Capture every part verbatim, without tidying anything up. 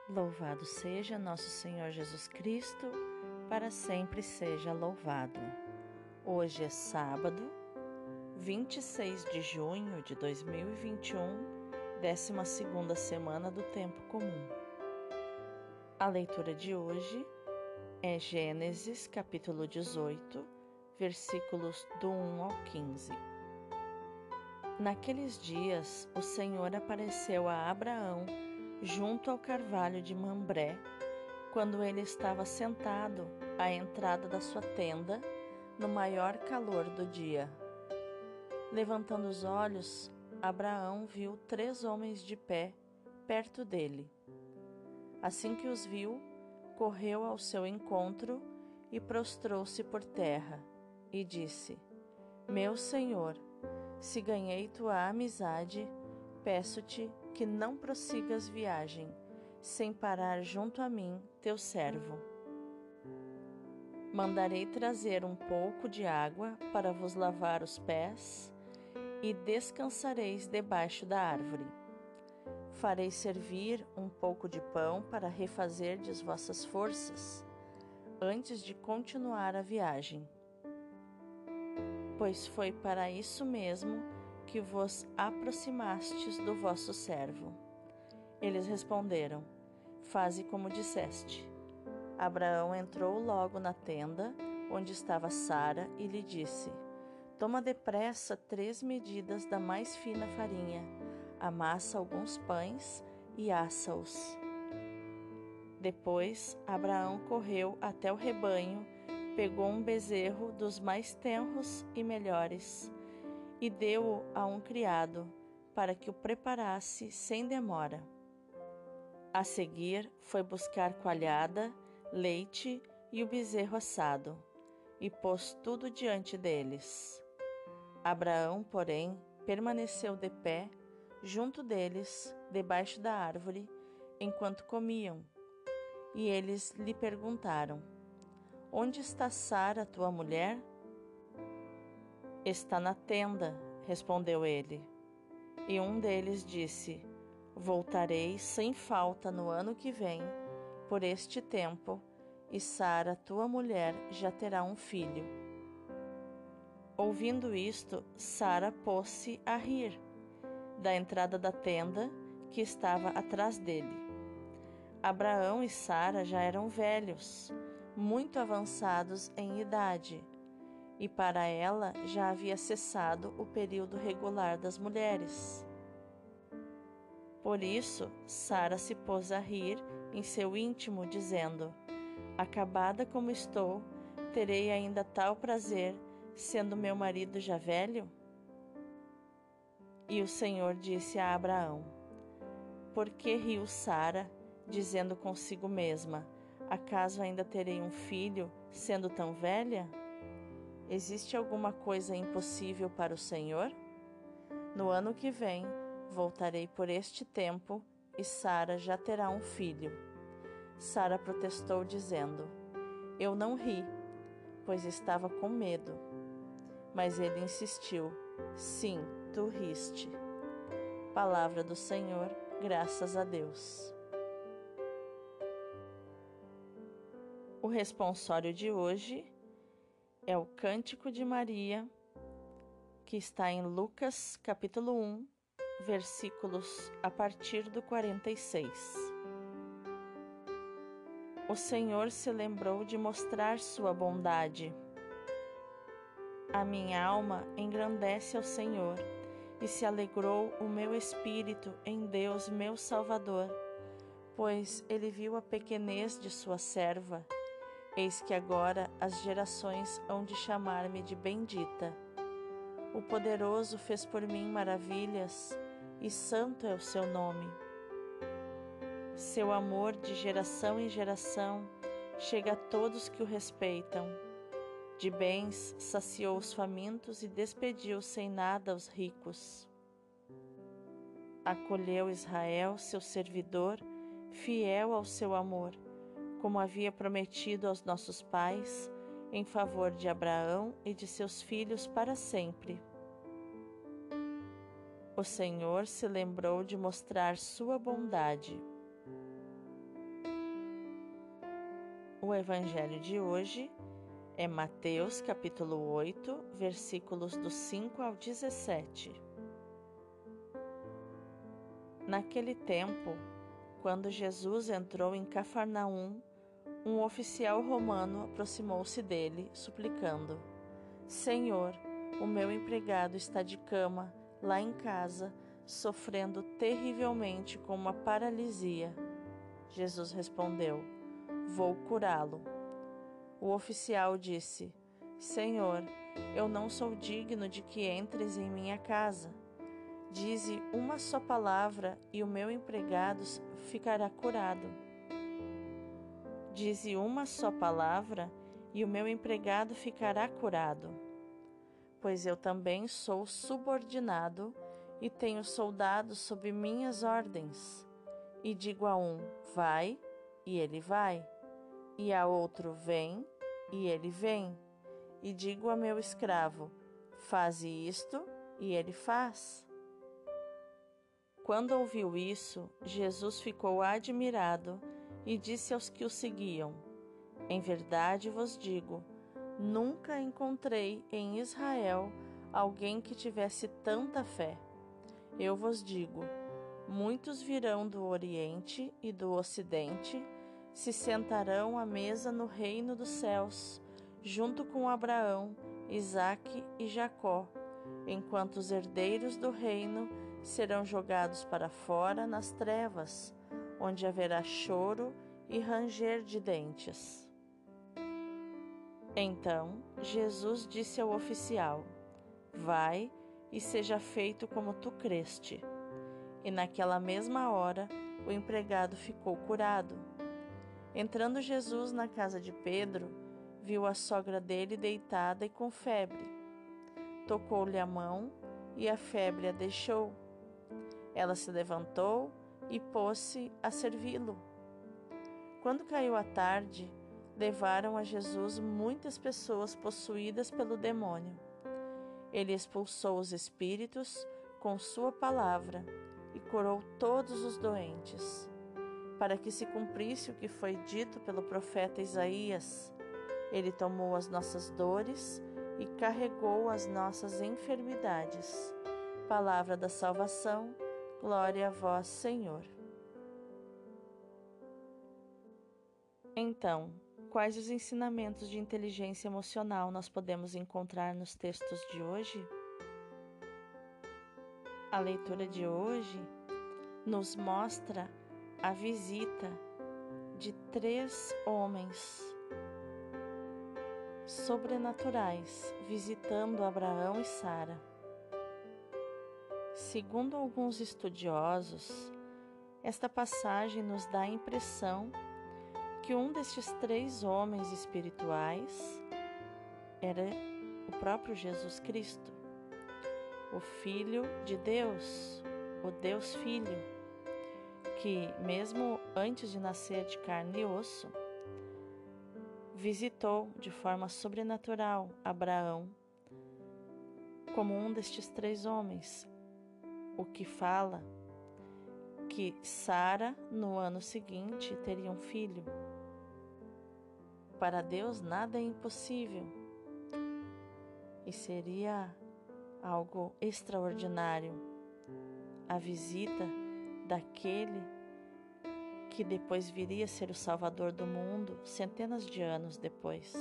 Louvado seja nosso Senhor Jesus Cristo, para sempre seja louvado. Hoje é sábado, vinte e seis de junho de dois mil e vinte e um, décima segunda semana do Tempo Comum. A leitura de hoje é Gênesis, capítulo dezoito, versículos do um ao quinze. Naqueles dias, o Senhor apareceu a Abraão junto ao carvalho de Mambré, quando ele estava sentado à entrada da sua tenda, no maior calor do dia. Levantando os olhos, Abraão viu três homens de pé perto dele. Assim que os viu, correu ao seu encontro e prostrou-se por terra, e disse: Meu Senhor, se ganhei tua amizade, peço-te que não prossigas viagem, sem parar junto a mim, teu servo. Mandarei trazer um pouco de água para vos lavar os pés, e descansareis debaixo da árvore. Farei servir um pouco de pão para refazerdes vossas forças, antes de continuar a viagem. Pois foi para isso mesmo que vos aproximastes do vosso servo. Eles responderam: Faze como disseste. Abraão entrou logo na tenda, onde estava Sara, e lhe disse: Toma depressa três medidas da mais fina farinha, amassa alguns pães e assa-os. Depois, Abraão correu até o rebanho, pegou um bezerro dos mais tenros e melhores, e deu-o a um criado, para que o preparasse sem demora. A seguir, foi buscar coalhada, leite e o bezerro assado, e pôs tudo diante deles. Abraão, porém, permaneceu de pé, junto deles, debaixo da árvore, enquanto comiam. E eles lhe perguntaram: Onde está Sara, tua mulher? Está na tenda, respondeu ele. E um deles disse: Voltarei sem falta no ano que vem, por este tempo, e Sara, tua mulher, já terá um filho. Ouvindo isto, Sara pôs-se a rir, da entrada da tenda, que estava atrás dele. Abraão e Sara já eram velhos, muito avançados em idade, e para ela já havia cessado o período regular das mulheres. Por isso, Sara se pôs a rir em seu íntimo, dizendo: Acabada como estou, terei ainda tal prazer, sendo meu marido já velho? E o Senhor disse a Abraão: Por que riu Sara, dizendo consigo mesma: Acaso ainda terei um filho, sendo tão velha? Existe alguma coisa impossível para o Senhor? No ano que vem, voltarei por este tempo, e Sara já terá um filho. Sara protestou, dizendo: Eu não ri, pois estava com medo. Mas ele insistiu: Sim, tu riste. Palavra do Senhor, graças a Deus. O responsório de hoje é o Cântico de Maria, que está em Lucas, capítulo um, versículos a partir do quarenta e seis. O Senhor se lembrou de mostrar sua bondade. A minha alma engrandece ao Senhor, e se alegrou o meu espírito em Deus, meu Salvador, pois ele viu a pequenez de sua serva. Eis que agora as gerações hão de chamar-me de bendita. O Poderoso fez por mim maravilhas, e santo é o seu nome. Seu amor de geração em geração chega a todos que o respeitam. De bens saciou os famintos e despediu sem nada os ricos. Acolheu Israel, seu servidor, fiel ao seu amor, como havia prometido aos nossos pais, em favor de Abraão e de seus filhos para sempre. O Senhor se lembrou de mostrar sua bondade. O evangelho de hoje é Mateus capítulo oito, versículos do cinco ao dezessete. Naquele tempo, quando Jesus entrou em Cafarnaum, um oficial romano aproximou-se dele, suplicando: Senhor, o meu empregado está de cama, lá em casa, sofrendo terrivelmente com uma paralisia. Jesus respondeu: Vou curá-lo. O oficial disse: Senhor, eu não sou digno de que entres em minha casa. Dize uma só palavra e o meu empregado ficará curado. Dize uma só palavra e o meu empregado ficará curado. Pois eu também sou subordinado e tenho soldados sob minhas ordens. E digo a um: vai, e ele vai. E a outro: vem, e ele vem. E digo a meu escravo: faze isto, e ele faz. Quando ouviu isso, Jesus ficou admirado e disse aos que o seguiam: Em verdade vos digo, nunca encontrei em Israel alguém que tivesse tanta fé. Eu vos digo, muitos virão do Oriente e do Ocidente, se sentarão à mesa no reino dos céus, junto com Abraão, Isaque e Jacó, enquanto os herdeiros do reino serão jogados para fora nas trevas, onde haverá choro e ranger de dentes. Então Jesus disse ao oficial: Vai e seja feito como tu creste. E naquela mesma hora o empregado ficou curado. Entrando Jesus na casa de Pedro, viu a sogra dele deitada e com febre. Tocou-lhe a mão e a febre a deixou. Ela se levantou e pôs-se a servi-lo. Quando caiu a tarde, levaram a Jesus muitas pessoas possuídas pelo demônio. Ele expulsou os espíritos com sua palavra e curou todos os doentes, para que se cumprisse o que foi dito pelo profeta Isaías. Ele tomou as nossas dores e carregou as nossas enfermidades. Palavra da salvação. Glória a vós, Senhor. Então, quais os ensinamentos de inteligência emocional nós podemos encontrar nos textos de hoje? A leitura de hoje nos mostra a visita de três homens sobrenaturais visitando Abraão e Sara. Segundo alguns estudiosos, esta passagem nos dá a impressão que um destes três homens espirituais era o próprio Jesus Cristo, o Filho de Deus, o Deus Filho, que mesmo antes de nascer de carne e osso, visitou de forma sobrenatural Abraão como um destes três homens, o que fala que Sara, no ano seguinte, teria um filho. Para Deus nada é impossível e seria algo extraordinário a visita daquele que depois viria a ser o Salvador do mundo centenas de anos depois.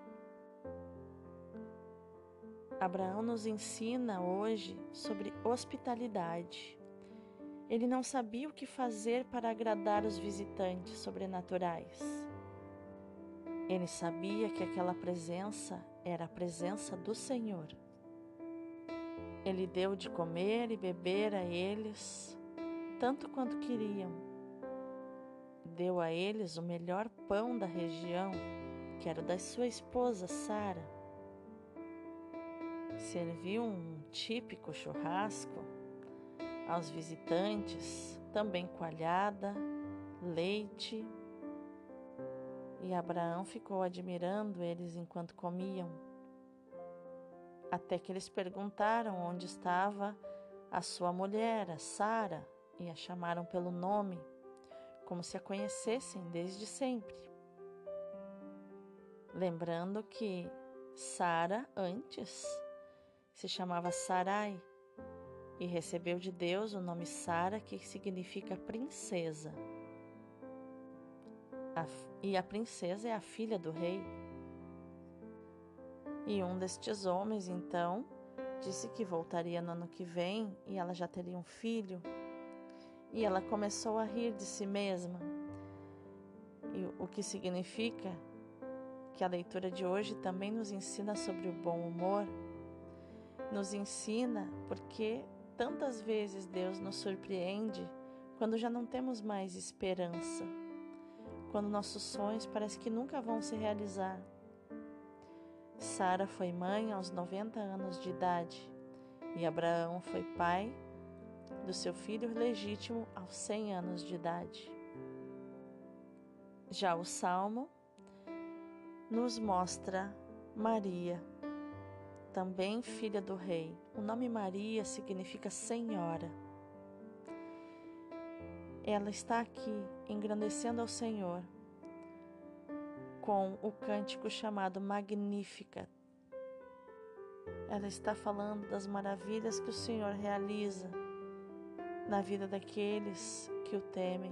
Abraão nos ensina hoje sobre hospitalidade. Ele não sabia o que fazer para agradar os visitantes sobrenaturais. Ele sabia que aquela presença era a presença do Senhor. Ele deu de comer e beber a eles, tanto quanto queriam. Deu a eles o melhor pão da região, que era da sua esposa Sara. Serviu um típico churrasco aos visitantes, também coalhada, leite. E Abraão ficou admirando eles enquanto comiam, até que eles perguntaram onde estava a sua mulher, a Sara, e a chamaram pelo nome, como se a conhecessem desde sempre. Lembrando que Sara antes se chamava Sarai e recebeu de Deus o nome Sara, que significa princesa. A, e a princesa é a filha do rei. E um destes homens, então, disse que voltaria no ano que vem e ela já teria um filho. E ela começou a rir de si mesma. E o que significa que a leitura de hoje também nos ensina sobre o bom humor. Nos ensina porque tantas vezes Deus nos surpreende quando já não temos mais esperança, quando nossos sonhos parecem que nunca vão se realizar. Sara foi mãe aos noventa anos de idade e Abraão foi pai do seu filho legítimo aos cem anos de idade. Já o Salmo nos mostra Maria, também filha do rei. O nome Maria significa Senhora. Ela está aqui engrandecendo ao Senhor com o cântico chamado Magnífica. Ela está falando das maravilhas que o Senhor realiza na vida daqueles que o temem.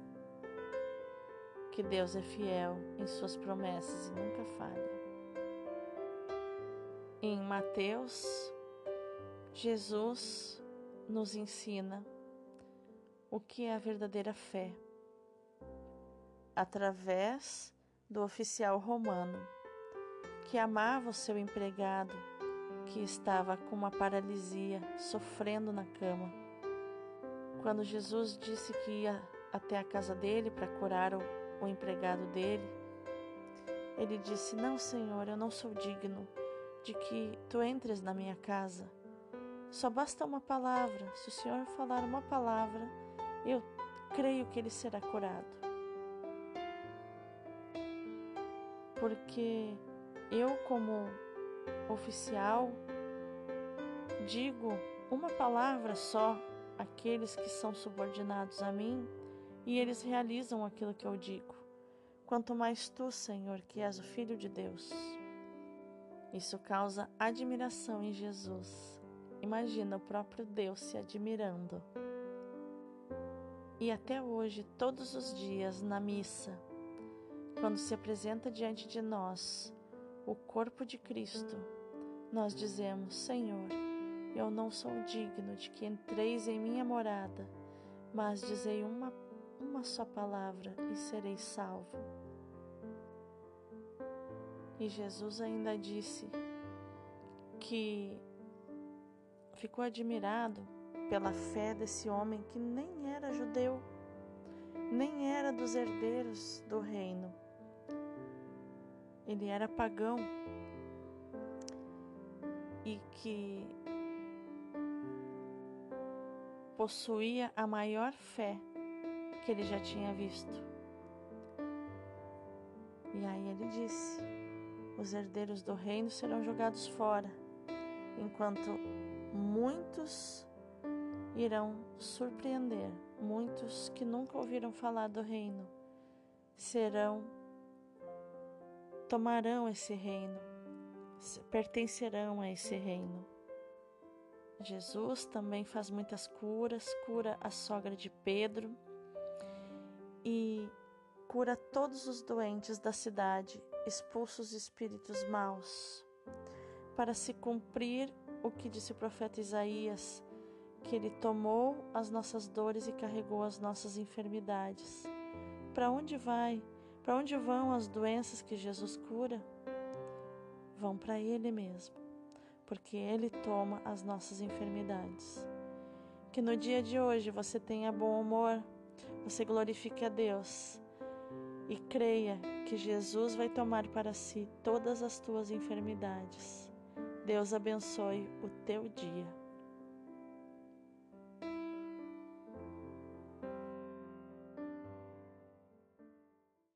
Que Deus é fiel em suas promessas e nunca falha. Em Mateus, Jesus nos ensina o que é a verdadeira fé, através do oficial romano, que amava o seu empregado, que estava com uma paralisia, sofrendo na cama. Quando Jesus disse que ia até a casa dele para curar o, o empregado dele, ele disse: "Não, Senhor, eu não sou digno de que tu entres na minha casa. Só basta uma palavra. Se o Senhor falar uma palavra, eu creio que ele será curado." Porque eu, como oficial, digo uma palavra só àqueles que são subordinados a mim e eles realizam aquilo que eu digo. Quanto mais tu, Senhor, que és o Filho de Deus. Isso causa admiração em Jesus. Imagina o próprio Deus se admirando. E até hoje, todos os dias na missa, quando se apresenta diante de nós o corpo de Cristo, nós dizemos: "Senhor, eu não sou digno de que entreis em minha morada, mas dizei uma, uma só palavra e serei salvo." E Jesus ainda disse que ficou admirado pela fé desse homem que nem era judeu, nem era dos herdeiros do reino. Ele era pagão e que possuía a maior fé que ele já tinha visto. E aí ele disse: "Os herdeiros do reino serão jogados fora, enquanto muitos irão surpreender, muitos que nunca ouviram falar do reino, serão, tomarão esse reino, pertencerão a esse reino." Jesus também faz muitas curas, cura a sogra de Pedro e cura todos os doentes da cidade, expulsa os espíritos maus, para se cumprir o que disse o profeta Isaías, que ele tomou as nossas dores e carregou as nossas enfermidades. Para onde vai? Para onde vão as doenças que Jesus cura? Vão para Ele mesmo, porque Ele toma as nossas enfermidades. Que no dia de hoje você tenha bom humor, você glorifique a Deus e creia que Jesus vai tomar para si todas as tuas enfermidades. Deus abençoe o teu dia.